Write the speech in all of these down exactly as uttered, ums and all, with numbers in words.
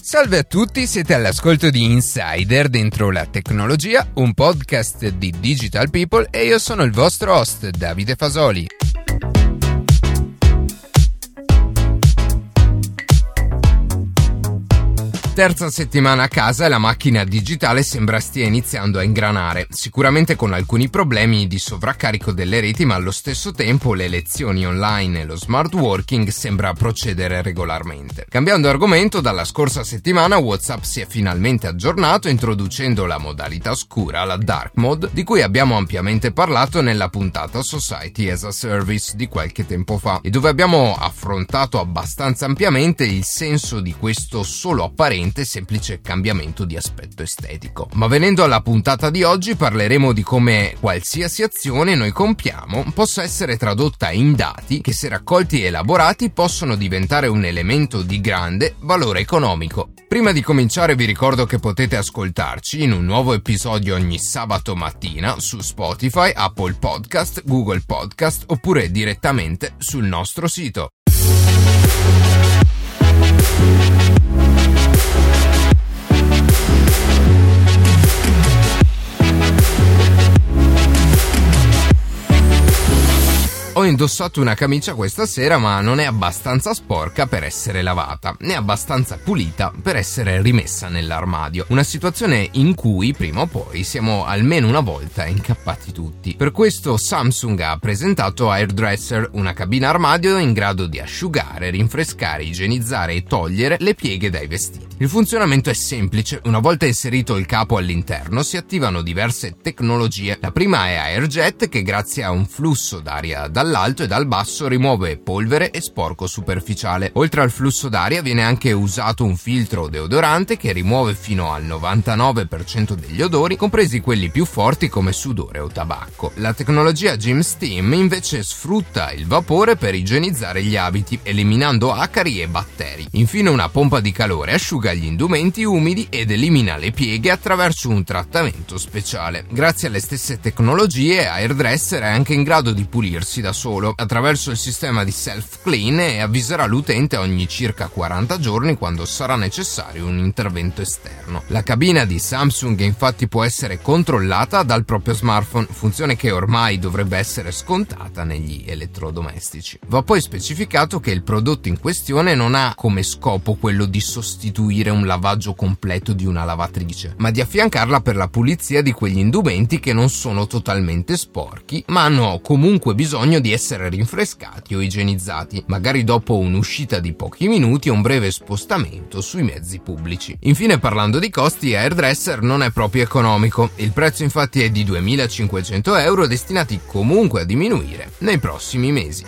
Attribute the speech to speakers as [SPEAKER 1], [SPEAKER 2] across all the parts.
[SPEAKER 1] Salve a tutti, siete all'ascolto di Insider dentro la tecnologia, un podcast di Digital People e io sono il vostro host Davide Fasoli. Terza settimana a casa e la macchina digitale sembra stia iniziando a ingranare, sicuramente con alcuni problemi di sovraccarico delle reti, ma allo stesso tempo le lezioni online e lo smart working sembra procedere regolarmente. Cambiando argomento, dalla scorsa settimana WhatsApp si è finalmente aggiornato introducendo la modalità scura, la dark mode, di cui abbiamo ampiamente parlato nella puntata Society as a Service di qualche tempo fa e dove abbiamo affrontato abbastanza ampiamente il senso di questo solo apparente semplice cambiamento di aspetto estetico. Ma venendo alla puntata di oggi parleremo di come qualsiasi azione noi compiamo possa essere tradotta in dati che, se raccolti e elaborati, possono diventare un elemento di grande valore economico. Prima di cominciare vi ricordo che potete ascoltarci in un nuovo episodio ogni sabato mattina su Spotify, Apple Podcast, Google Podcast oppure direttamente sul nostro sito. Ho indossato una camicia questa sera, ma non è abbastanza sporca per essere lavata, né abbastanza pulita per essere rimessa nell'armadio. Una situazione in cui, prima o poi, siamo almeno una volta incappati tutti. Per questo Samsung ha presentato Hairdresser, una cabina armadio in grado di asciugare, rinfrescare, igienizzare e togliere le pieghe dai vestiti. Il funzionamento è semplice: una volta inserito il capo all'interno si attivano diverse tecnologie. La prima è AirJet, che grazie a un flusso d'aria dall'alto e dal basso rimuove polvere e sporco superficiale. Oltre al flusso d'aria viene anche usato un filtro deodorante che rimuove fino al novantanove per cento degli odori, compresi quelli più forti come sudore o tabacco. La tecnologia Gym Steam invece sfrutta il vapore per igienizzare gli abiti, eliminando acari e batteri. Infine una pompa di calore asciuga gli indumenti umidi ed elimina le pieghe attraverso un trattamento speciale. Grazie alle stesse tecnologie, Hairdresser è anche in grado di pulirsi da solo attraverso il sistema di self-clean e avviserà l'utente ogni circa quaranta giorni quando sarà necessario un intervento esterno. La cabina di Samsung infatti può essere controllata dal proprio smartphone, funzione che ormai dovrebbe essere scontata negli elettrodomestici. Va poi specificato che il prodotto in questione non ha come scopo quello di sostituire un lavaggio completo di una lavatrice, ma di affiancarla per la pulizia di quegli indumenti che non sono totalmente sporchi, ma hanno comunque bisogno di essere rinfrescati o igienizzati, magari dopo un'uscita di pochi minuti o un breve spostamento sui mezzi pubblici. Infine, parlando di costi, Hairdresser non è proprio economico. Il prezzo infatti è di duemilacinquecento euro, destinati comunque a diminuire nei prossimi mesi.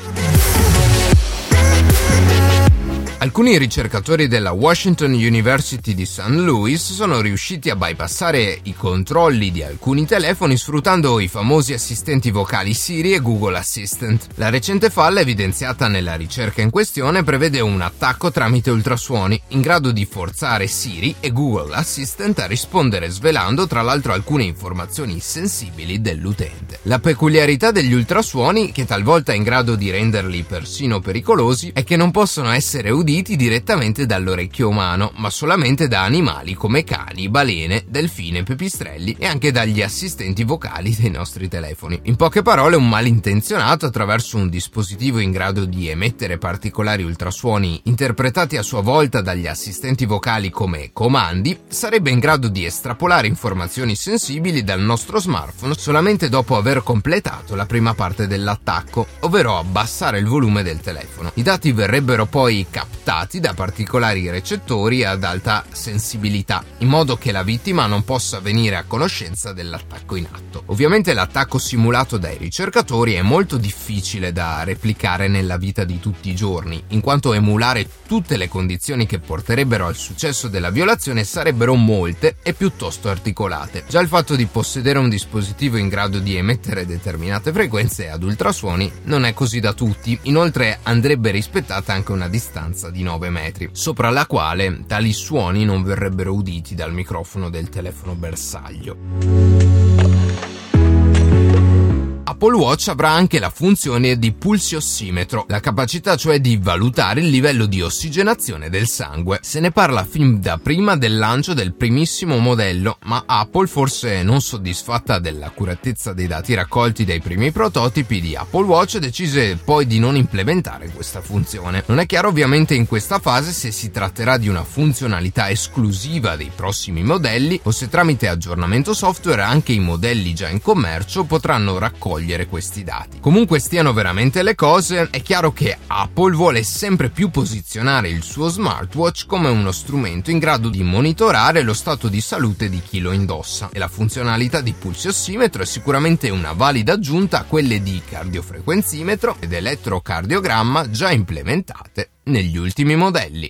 [SPEAKER 1] Alcuni ricercatori della Washington University di Saint Louis sono riusciti a bypassare i controlli di alcuni telefoni sfruttando i famosi assistenti vocali Siri e Google Assistant. La recente falla evidenziata nella ricerca in questione prevede un attacco tramite ultrasuoni in grado di forzare Siri e Google Assistant a rispondere, svelando tra l'altro alcune informazioni sensibili dell'utente. La peculiarità degli ultrasuoni, che talvolta è in grado di renderli persino pericolosi, è che non possono essere uditi direttamente dall'orecchio umano, ma solamente da animali come cani, balene, delfine, pipistrelli e anche dagli assistenti vocali dei nostri telefoni. In poche parole, un malintenzionato, attraverso un dispositivo in grado di emettere particolari ultrasuoni interpretati a sua volta dagli assistenti vocali come comandi, sarebbe in grado di estrapolare informazioni sensibili dal nostro smartphone solamente dopo aver completato la prima parte dell'attacco, ovvero abbassare il volume del telefono. I dati verrebbero poi captati da particolari recettori ad alta sensibilità, in modo che la vittima non possa venire a conoscenza dell'attacco in atto. Ovviamente l'attacco simulato dai ricercatori è molto difficile da replicare nella vita di tutti i giorni, in quanto emulare tutte le condizioni che porterebbero al successo della violazione sarebbero molte e piuttosto articolate. Già il fatto di possedere un dispositivo in grado di emettere determinate frequenze ad ultrasuoni non è così da tutti. Inoltre andrebbe rispettata anche una distanza di nove metri, sopra la quale tali suoni non verrebbero uditi dal microfono del telefono bersaglio. Apple Watch avrà anche la funzione di pulsiossimetro, la capacità cioè di valutare il livello di ossigenazione del sangue. Se ne parla fin da prima del lancio del primissimo modello, ma Apple, forse non soddisfatta dell'accuratezza dei dati raccolti dai primi prototipi di Apple Watch, decise poi di non implementare questa funzione. Non è chiaro ovviamente in questa fase se si tratterà di una funzionalità esclusiva dei prossimi modelli o se tramite aggiornamento software anche i modelli già in commercio potranno raccogliere questi dati. Comunque stiano veramente le cose, è chiaro che Apple vuole sempre più posizionare il suo smartwatch come uno strumento in grado di monitorare lo stato di salute di chi lo indossa, e la funzionalità di pulsiossimetro è sicuramente una valida aggiunta a quelle di cardiofrequenzimetro ed elettrocardiogramma già implementate negli ultimi modelli.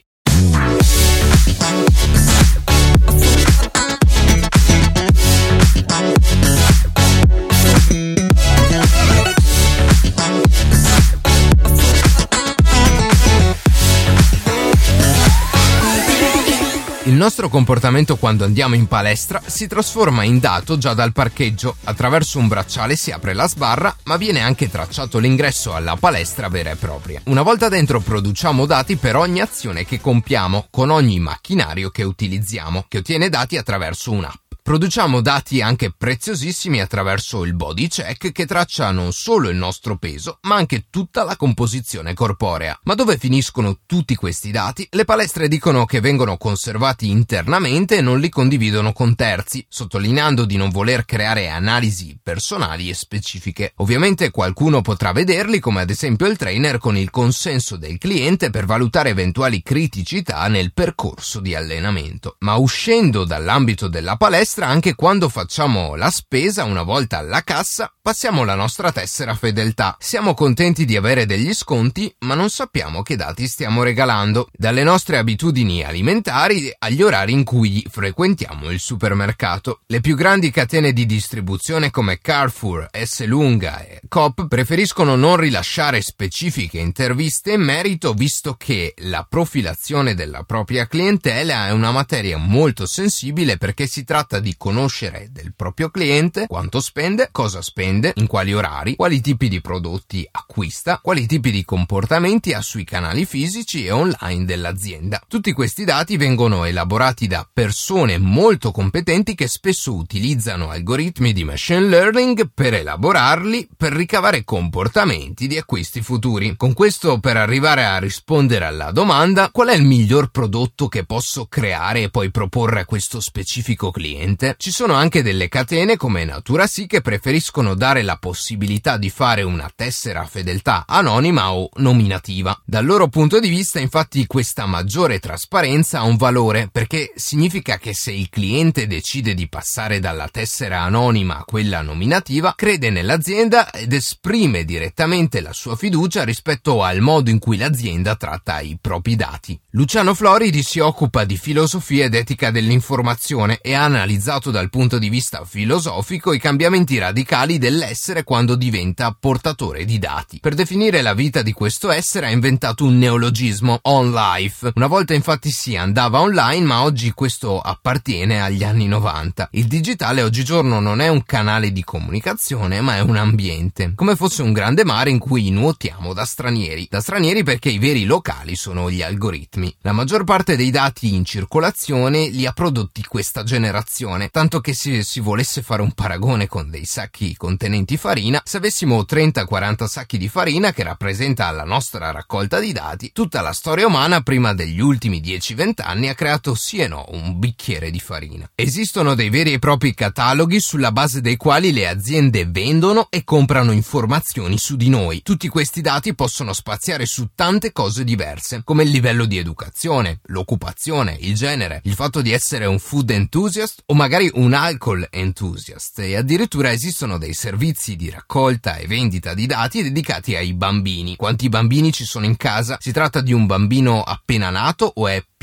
[SPEAKER 1] Il nostro comportamento quando andiamo in palestra si trasforma in dato già dal parcheggio. Attraverso un bracciale si apre la sbarra, ma viene anche tracciato l'ingresso alla palestra vera e propria. Una volta dentro produciamo dati per ogni azione che compiamo, con ogni macchinario che utilizziamo, che ottiene dati attraverso un'app. Produciamo dati anche preziosissimi attraverso il body check, che traccia non solo il nostro peso, ma anche tutta la composizione corporea. Ma dove finiscono tutti questi dati? Le palestre dicono che vengono conservati internamente e non li condividono con terzi, sottolineando di non voler creare analisi personali e specifiche. Ovviamente qualcuno potrà vederli, come ad esempio il trainer, con il consenso del cliente per valutare eventuali criticità nel percorso di allenamento. Ma uscendo dall'ambito della palestra, anche quando facciamo la spesa, una volta alla cassa, passiamo la nostra tessera fedeltà. Siamo contenti di avere degli sconti, ma non sappiamo che dati stiamo regalando. Dalle nostre abitudini alimentari agli orari in cui frequentiamo il supermercato. Le più grandi catene di distribuzione come Carrefour, Esselunga e Coop preferiscono non rilasciare specifiche interviste in merito, visto che la profilazione della propria clientela è una materia molto sensibile, perché si tratta di conoscere del proprio cliente quanto spende, cosa spende, in quali orari, quali tipi di prodotti acquista, quali tipi di comportamenti ha sui canali fisici e online dell'azienda. Tutti questi dati vengono elaborati da persone molto competenti che spesso utilizzano algoritmi di machine learning per elaborarli, per ricavare comportamenti di acquisti futuri. Con questo, per arrivare a rispondere alla domanda qual è il miglior prodotto che posso creare e poi proporre a questo specifico cliente, ci sono anche delle catene come Natura Sì che preferiscono dare la possibilità di fare una tessera fedeltà anonima o nominativa. Dal loro punto di vista, infatti, questa maggiore trasparenza ha un valore, perché significa che se il cliente decide di passare dalla tessera anonima a quella nominativa, crede nell'azienda ed esprime direttamente la sua fiducia rispetto al modo in cui l'azienda tratta i propri dati. Luciano Floridi si occupa di filosofia ed etica dell'informazione e ha analizzato dal punto di vista filosofico i cambiamenti radicali dell'essere quando diventa portatore di dati. Per definire la vita di questo essere ha inventato un neologismo, on life. Una volta infatti si andava online, ma oggi questo appartiene agli anni novanta. Il digitale oggigiorno non è un canale di comunicazione, ma è un ambiente, come fosse un grande mare in cui nuotiamo da stranieri. Da stranieri perché i veri locali sono gli algoritmi. La maggior parte dei dati in circolazione li ha prodotti questa generazione, tanto che se si volesse fare un paragone con dei sacchi contenenti farina, se avessimo trenta quaranta sacchi di farina, che rappresenta la nostra raccolta di dati, tutta la storia umana prima degli ultimi dieci venti anni ha creato sì e no un bicchiere di farina. Esistono dei veri e propri cataloghi sulla base dei quali le aziende vendono e comprano informazioni su di noi. Tutti questi dati possono spaziare su tante cose diverse, come il livello di educazione, l'occupazione, il genere, il fatto di essere un food enthusiast o magari un alcol enthusiast, e addirittura esistono dei servizi di raccolta e vendita di dati dedicati ai bambini. Quanti bambini ci sono in casa? Si tratta di un bambino appena nato o è più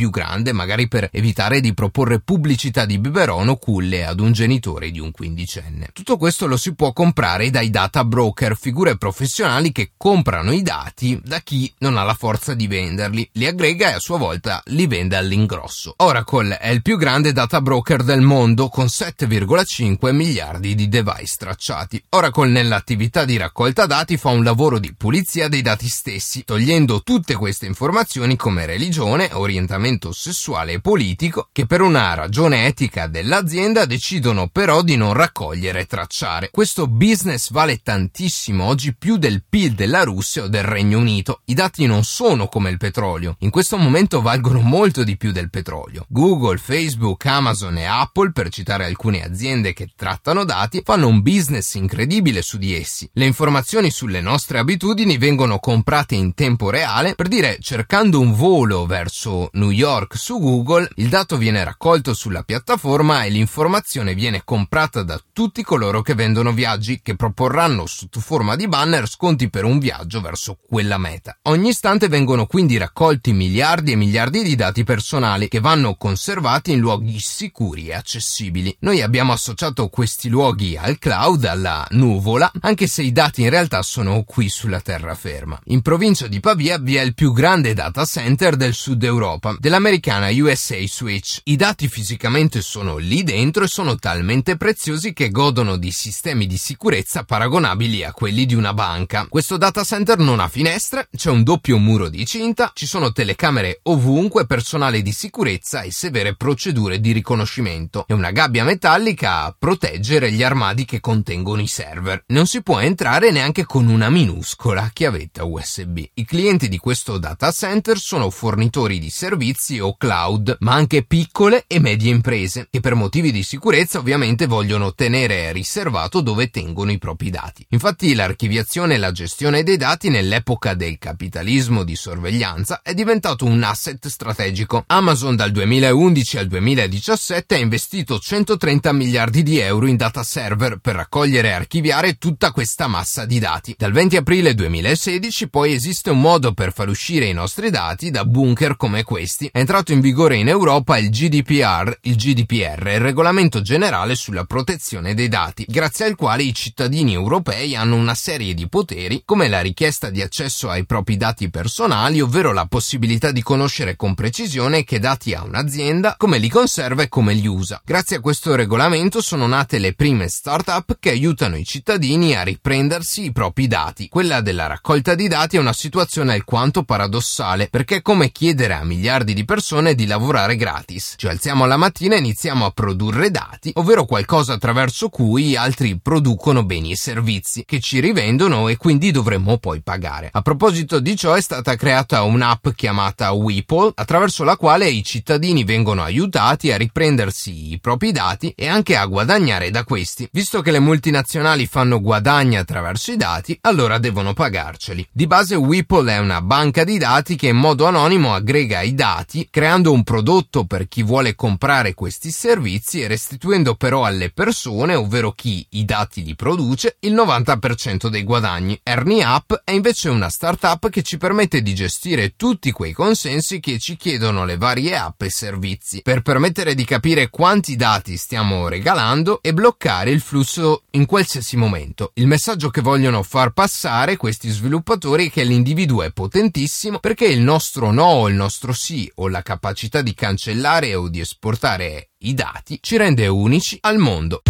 [SPEAKER 1] più grande, magari per evitare di proporre pubblicità di biberon o culle ad un genitore di un quindicenne. Tutto questo lo si può comprare dai data broker, figure professionali che comprano i dati da chi non ha la forza di venderli, li aggrega e a sua volta li vende all'ingrosso. Oracle è il più grande data broker del mondo con sette virgola cinque miliardi di device tracciati. Oracle nell'attività di raccolta dati fa un lavoro di pulizia dei dati stessi, togliendo tutte queste informazioni come religione, orientamento sessuale e politico, che per una ragione etica dell'azienda decidono però di non raccogliere e tracciare. Questo business vale tantissimo, oggi più del P I L della Russia o del Regno Unito. I dati non sono come il petrolio, in questo momento valgono molto di più del petrolio. Google, Facebook, Amazon e Apple, per citare alcune aziende che trattano dati, fanno un business incredibile su di essi. Le informazioni sulle nostre abitudini vengono comprate in tempo reale, per dire, cercando un volo verso New York su Google, il dato viene raccolto sulla piattaforma e l'informazione viene comprata da tutti coloro che vendono viaggi, che proporranno sotto forma di banner sconti per un viaggio verso quella meta. Ogni istante vengono quindi raccolti miliardi e miliardi di dati personali che vanno conservati in luoghi sicuri e accessibili. Noi abbiamo associato questi luoghi al cloud, alla nuvola, anche se i dati in realtà sono qui sulla terraferma. In provincia di Pavia vi è il più grande data center del sud Europa, dell'americana U S A Switch. I dati fisicamente sono lì dentro e sono talmente preziosi che godono di sistemi di sicurezza paragonabili a quelli di una banca. Questo data center non ha finestre, c'è un doppio muro di cinta, ci sono telecamere ovunque, personale di sicurezza e severe procedure di riconoscimento e una gabbia metallica a proteggere gli armadi che contengono i server. Non si può entrare neanche con una minuscola chiavetta U S B. I clienti di questo data center sono fornitori di servizi o cloud, ma anche piccole e medie imprese, che per motivi di sicurezza ovviamente vogliono tenere riservato dove tengono i propri dati. Infatti l'archiviazione e la gestione dei dati nell'epoca del capitalismo di sorveglianza è diventato un asset strategico. Amazon dal duemilaundici al duemiladiciassette ha investito centotrenta miliardi di euro in data server per raccogliere e archiviare tutta questa massa di dati. Dal venti aprile duemilasedici poi esiste un modo per far uscire i nostri dati da bunker come questi. È entrato in vigore in Europa il G D P R, il G D P R è il regolamento generale sulla protezione dei dati, grazie al quale i cittadini europei hanno una serie di poteri, come la richiesta di accesso ai propri dati personali, ovvero la possibilità di conoscere con precisione che dati ha un'azienda, come li conserva e come li usa. Grazie a questo regolamento sono nate le prime start-up che aiutano i cittadini a riprendersi i propri dati. Quella della raccolta di dati è una situazione alquanto paradossale, perché è come chiedere a miliardi di persone di lavorare gratis. Ci alziamo alla mattina e iniziamo a produrre dati, ovvero qualcosa attraverso cui altri producono beni e servizi che ci rivendono e quindi dovremmo poi pagare. A proposito di ciò è stata creata un'app chiamata Weeple, attraverso la quale i cittadini vengono aiutati a riprendersi i propri dati e anche a guadagnare da questi. Visto che le multinazionali fanno guadagni attraverso i dati, allora devono pagarceli. Di base Weeple è una banca di dati che in modo anonimo aggrega i dati, creando un prodotto per chi vuole comprare questi servizi e restituendo però alle persone, ovvero chi i dati li produce, il novanta per cento dei guadagni. Ernie App è invece una startup che ci permette di gestire tutti quei consensi che ci chiedono le varie app e servizi, per permettere di capire quanti dati stiamo regalando e bloccare il flusso in qualsiasi momento. Il messaggio che vogliono far passare questi sviluppatori è che l'individuo è potentissimo, perché il nostro no o il nostro sì o la capacità di cancellare o di esportare i dati ci rende unici al mondo.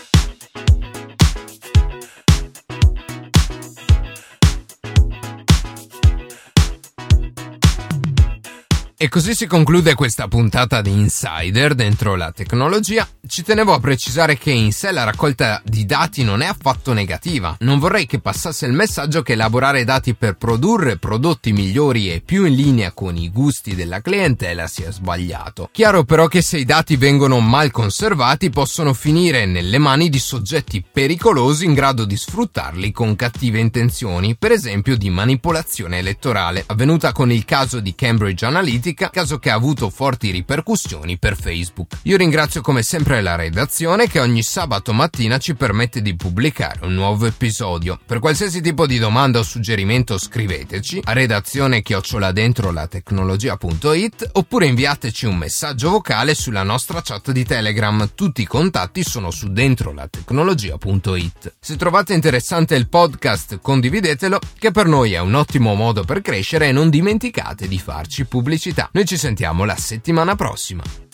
[SPEAKER 1] E così si conclude questa puntata di Insider dentro la tecnologia. Ci tenevo a precisare che in sé la raccolta di dati non è affatto negativa. Non vorrei che passasse il messaggio che elaborare dati per produrre prodotti migliori e più in linea con i gusti della clientela sia sbagliato. Chiaro però che se i dati vengono mal conservati possono finire nelle mani di soggetti pericolosi in grado di sfruttarli con cattive intenzioni, per esempio di manipolazione elettorale, avvenuta con il caso di Cambridge Analytica notifica, caso che ha avuto forti ripercussioni per Facebook. Io ringrazio come sempre la redazione che ogni sabato mattina ci permette di pubblicare un nuovo episodio. Per qualsiasi tipo di domanda o suggerimento scriveteci a redazione chiocciola dentro la tecnologia punto it oppure inviateci un messaggio vocale sulla nostra chat di Telegram. Tutti i contatti sono su dentro la tecnologia punto it. Se trovate interessante il podcast, condividetelo, che per noi è un ottimo modo per crescere, e non dimenticate di farci pubblicità. Noi ci sentiamo la settimana prossima.